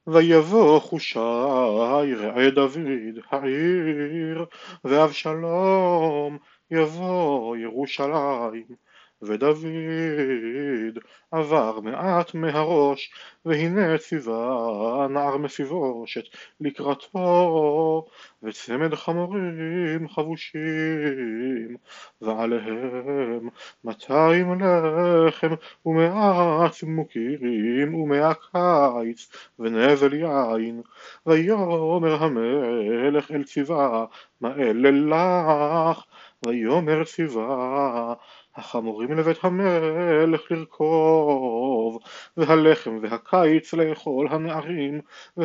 ויבוא חושי רעי דוד העיר, ואבשלום יבוא ירושלים. ודוד עבר מעט מהראש, והנה ציווה נער מפיבושת לקראתו, וצמד חמורים חבושים, ועליהם 200 לחם ומאה צימוקים ומאה קיץ ונבל יין. ויאמר המלך אל ציווה, מה אלה לך? ויאמר ציווה, החמורים לבית המלך לרכוב, והלחם והקיץ לאכול הנערים,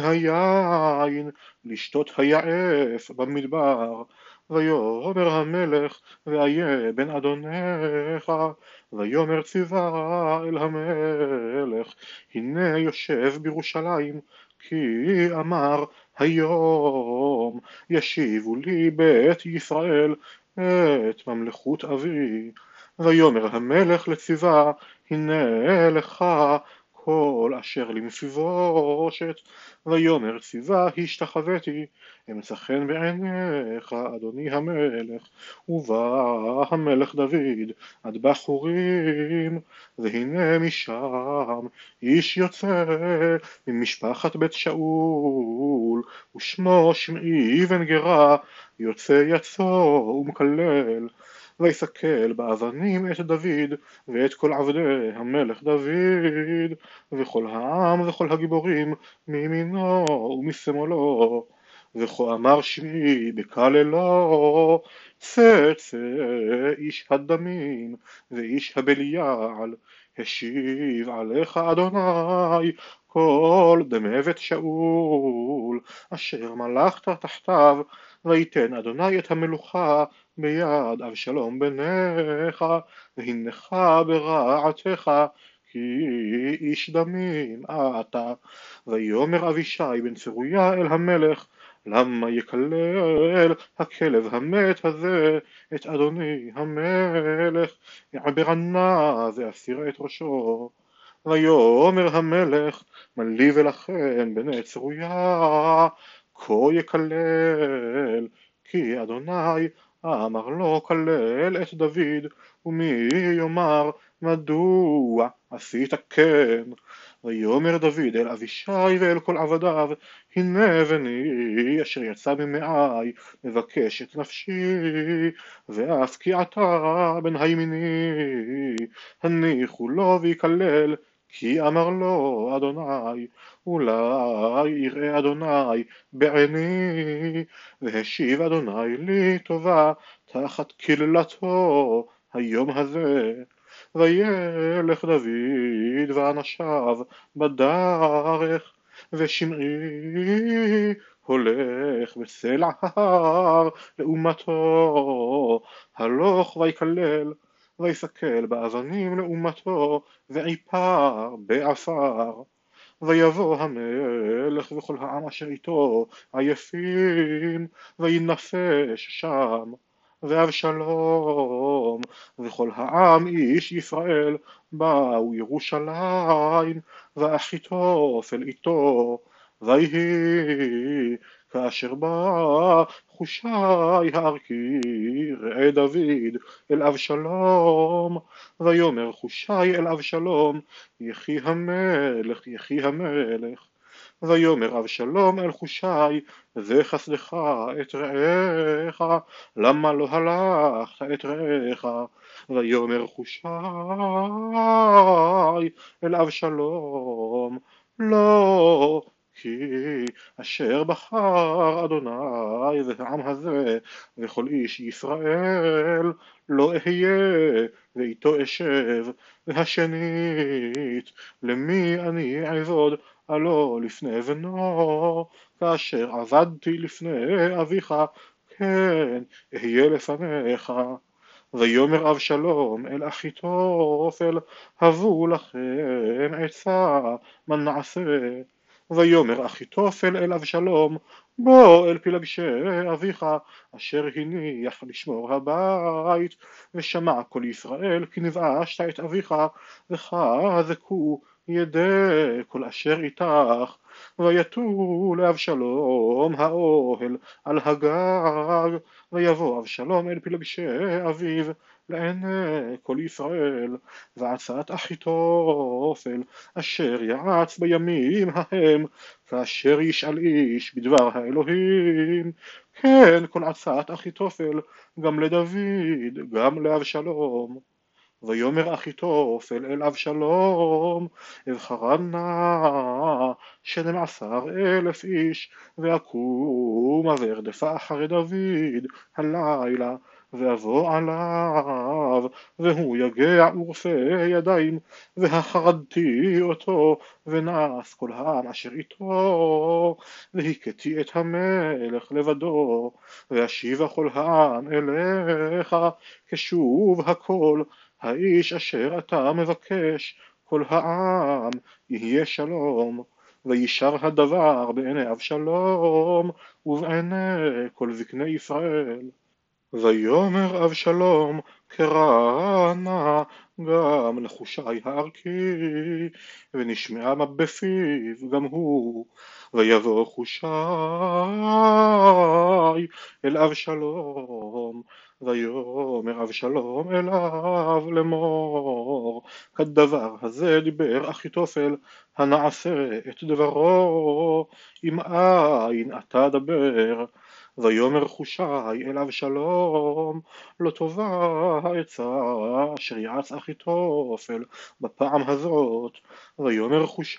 והיין לשתות היעף במדבר. ויאמר המלך, ואיה בן אדונך. ויאמר ציווה אל המלך, הנה יושב בירושלים, כי אמר היום ישיבו לי בית ישראל את ממלכות אבי. ויאמר המלך לציווה, הנה לך כל אשר למפיבושת. ויאמר ציווה, השתחוויתי, אמצא חן בעיניך אדוני המלך. ובא המלך דוד עד בחורים, והנה משם איש יוצא ממשפחת בית שאול, ושמו שמעי בן גרה, יוצא יצוא ומקלל. ויסקל באבנים את דוד ואת כל עבדי המלך דוד, וכל העם וכל הגיבורים מימינו ומשמאלו. וכה אמר שמעי בקללו, צא צא איש הדמים ואיש הבליעל, השיב עליך אדוני כל דמי בית שאול אשר מלכת תחתיו, ויתן אדוני את המלוכה ביד אבשלום בנך, והנך ברעתך, כי איש דמים אתה. ויאמר אבישי בן צרויה אל המלך, למה יקלל הכלב המת הזה את אדוני המלך? יעברנה ואסיר את ראשו. ויאמר המלך, מה לי ולכם בני צרויה, כה יקלל? כי אדוני אמר לו כלל את דוד, ומי יאמר מדוע עשית כן? ויאמר דוד אל אבישי ואל כל עבדיו, הנה בני אשר יצא ממעי מבקש את נפשי, ואף כי עתה בן הימיני, הניחו לו ויקלל, כי אמר לו אדוני, אולי יראה אדוני בעיני, והשיב אדוני לי טובה תחת קללתו היום הזה. וילך דוד ואנשיו בדרך, ושמעי הולך בסלע ההר לאומתו, הלוך ויקלל, ויסקל באבנים לאומתו, ועיפר בעפר. ויבוא המלך וכל העם אשר איתו עייפים, וינפש שם. ואבשלום וכל העם איש ישראל באו ירושלים, ואחיתופל איתו. ויהי כאשר בא חושי הערכי רעי דוד אל אבשלום, ויאמר חושי אל אבשלום, יחי המלך יחי המלך. ויאמר אבשלום אל חושי, זה חסדך את רעך, למה לא הלכת את רעך? ויאמר חושי אל אבשלום, לא, כי אשר בחר אדוני והעם הזה וכל איש ישראל לא אהיה ואיתו אשב. והשנית, למי אני אעבוד? הלא לפני בנו, כאשר עבדתי לפני אביך, כן אהיה לפניך. ויאמר אבשלום אל אחיתופל, הבו לכם עצה, מה נעשה? ויאמר אחיתופל אל אבשלום, בוא אל פלגשי אביך אשר הניח לשמור הבית, ושמע כל ישראל כי נבאשת את אביך, וחזקו ידי כל אשר איתך. ויטו לאבשלום האוהל על הגג, ויבוא אבשלום אל פלגשי אביו לעיני כל ישראל, ועצת אחיתופל אשר יעץ בימים ההם, כאשר ישאל איש בדבר האלוהים, כן כל עצת אחיתופל גם לדוד גם לאבשלום. ויאמר אחיתופל אל אבשלום, אבחרנה 12,000 איש, ואקומה וארדפה אחרי דוד הלילה, ואבוא עליו, והוא יגע ורפה ידיים, והחרדתי אותו, ונס כל העם אשר איתו, והכיתי את המלך לבדו, ואשיבה כל העם אליך, כשוב הכל האיש אשר אתה מבקש, כל העם יהיה שלום. וישר הדבר בעיני אבשלום ובעיני כל זקני ישראל. ויאמר אבשלום קרא נא גם לחושי הערכי, ונשמעה בפיו גם הוא. ויבוא חושי אל אבשלום, ויאמר אבשלום אליו לאמור, כדבר הזה דיבר אחיתופל, הנעשה את דברו, אם אין אתה דבר. ויאמר חושי אל אבשלום, לא טובה העצה אשר יעץ אחיתופל בפעם הזאת. ויאמר חושי,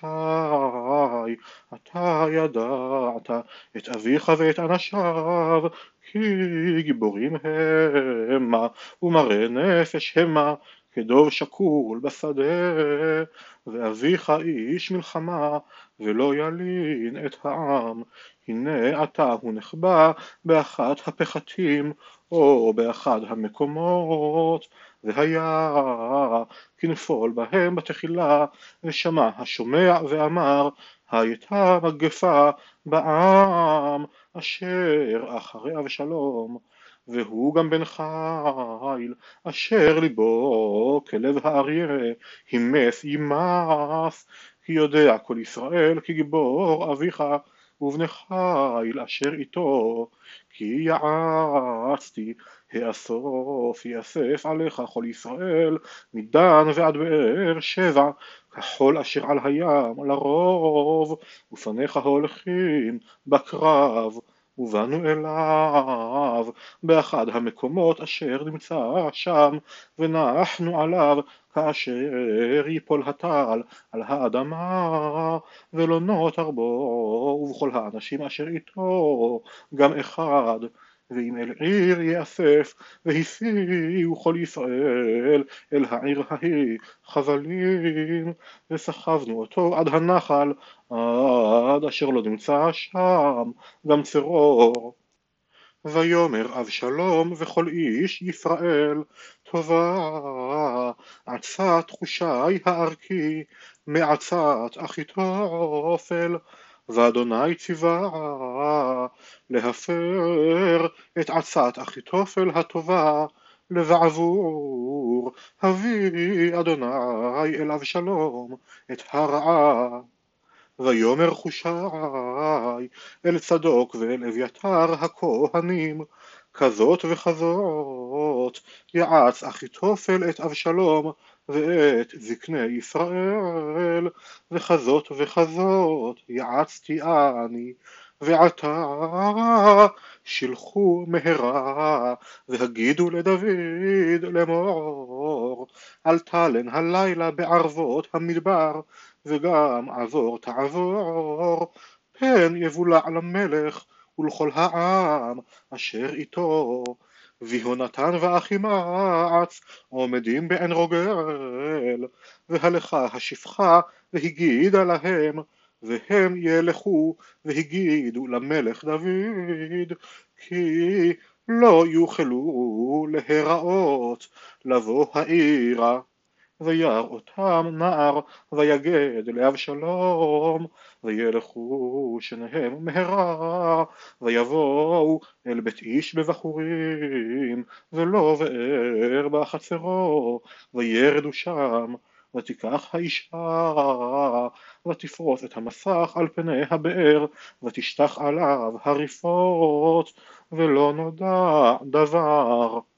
אתה ידעת את אביך ואת אנשיו, כי גיבורים המה ומראה נפש המה, כדוב שקול בשדה, ואביך איש מלחמה ולא ילין את העם. הנה אתה הוא נחבא באחת הפחתים או באחד המקומות, והיה כנפול בהם בתחילה, ושמע השומע ואמר, הייתה מגפה בעם אשר אחרי אבשלום, והוא גם בן חיל אשר ליבו כלב האריה, הימס ימס, כי יודע כל ישראל כי גיבור אביך ובני חיל אשר איתו, כי יעצתי האסוף יאסף עליך כל ישראל מדן ועד באר שבע, כחול אשר על הים לרוב, ופניך הולכים בקרב. ובאנו אליו באחד המקומות אשר נמצא שם, ונחנו עליו כאשר יפול הטל על האדמה, ולא נותר בו ובכל האנשים אשר איתו גם אחד. ואם אל עיר יאסף והסיעו כל ישראל אל העיר ההיא חבלים, וסחבנו אותו עד הנחל, עד אשר לא נמצא שם גם צרור. ויאמר אבשלום וכל איש ישראל, טובה עצת חושי הערכי מעצת אחיתופל, ואדוני ציווה להפר את עצת אחיתופל הטובה לבעבור הביא אדוני אל אבשלום את הרעה. ויאמר חושי אל צדוק ואל אביתר הכהנים, כזאת וכזאת יעץ אחיתופל את אבשלום ואת זקני ישראל, וכזאת וכזאת יעצתי אני. ועתה שלחו מהרה והגידו לדוד לאמור, אל תלן הלילה בערבות המדבר, וגם עבור תעבור, פן יבולע למלך ולכל העם אשר איתו. ויהונתן ואחימעץ עומדים בעין רוגל, והלכה השפחה והגידה להם, והם ילכו והגידו למלך דוד, כי לא יוכלו להיראות לבוא העירה. וירא אותם נער ויגד לאבשלום, וילכו שניהם מהרה, ויבואו אל בית איש בבחורים ולא באר בחצרו, וירדו שם, ותיקח האישה ותפרוס את המסך על פני הבאר ותשטח עליו הריפות ולא נודע דבר.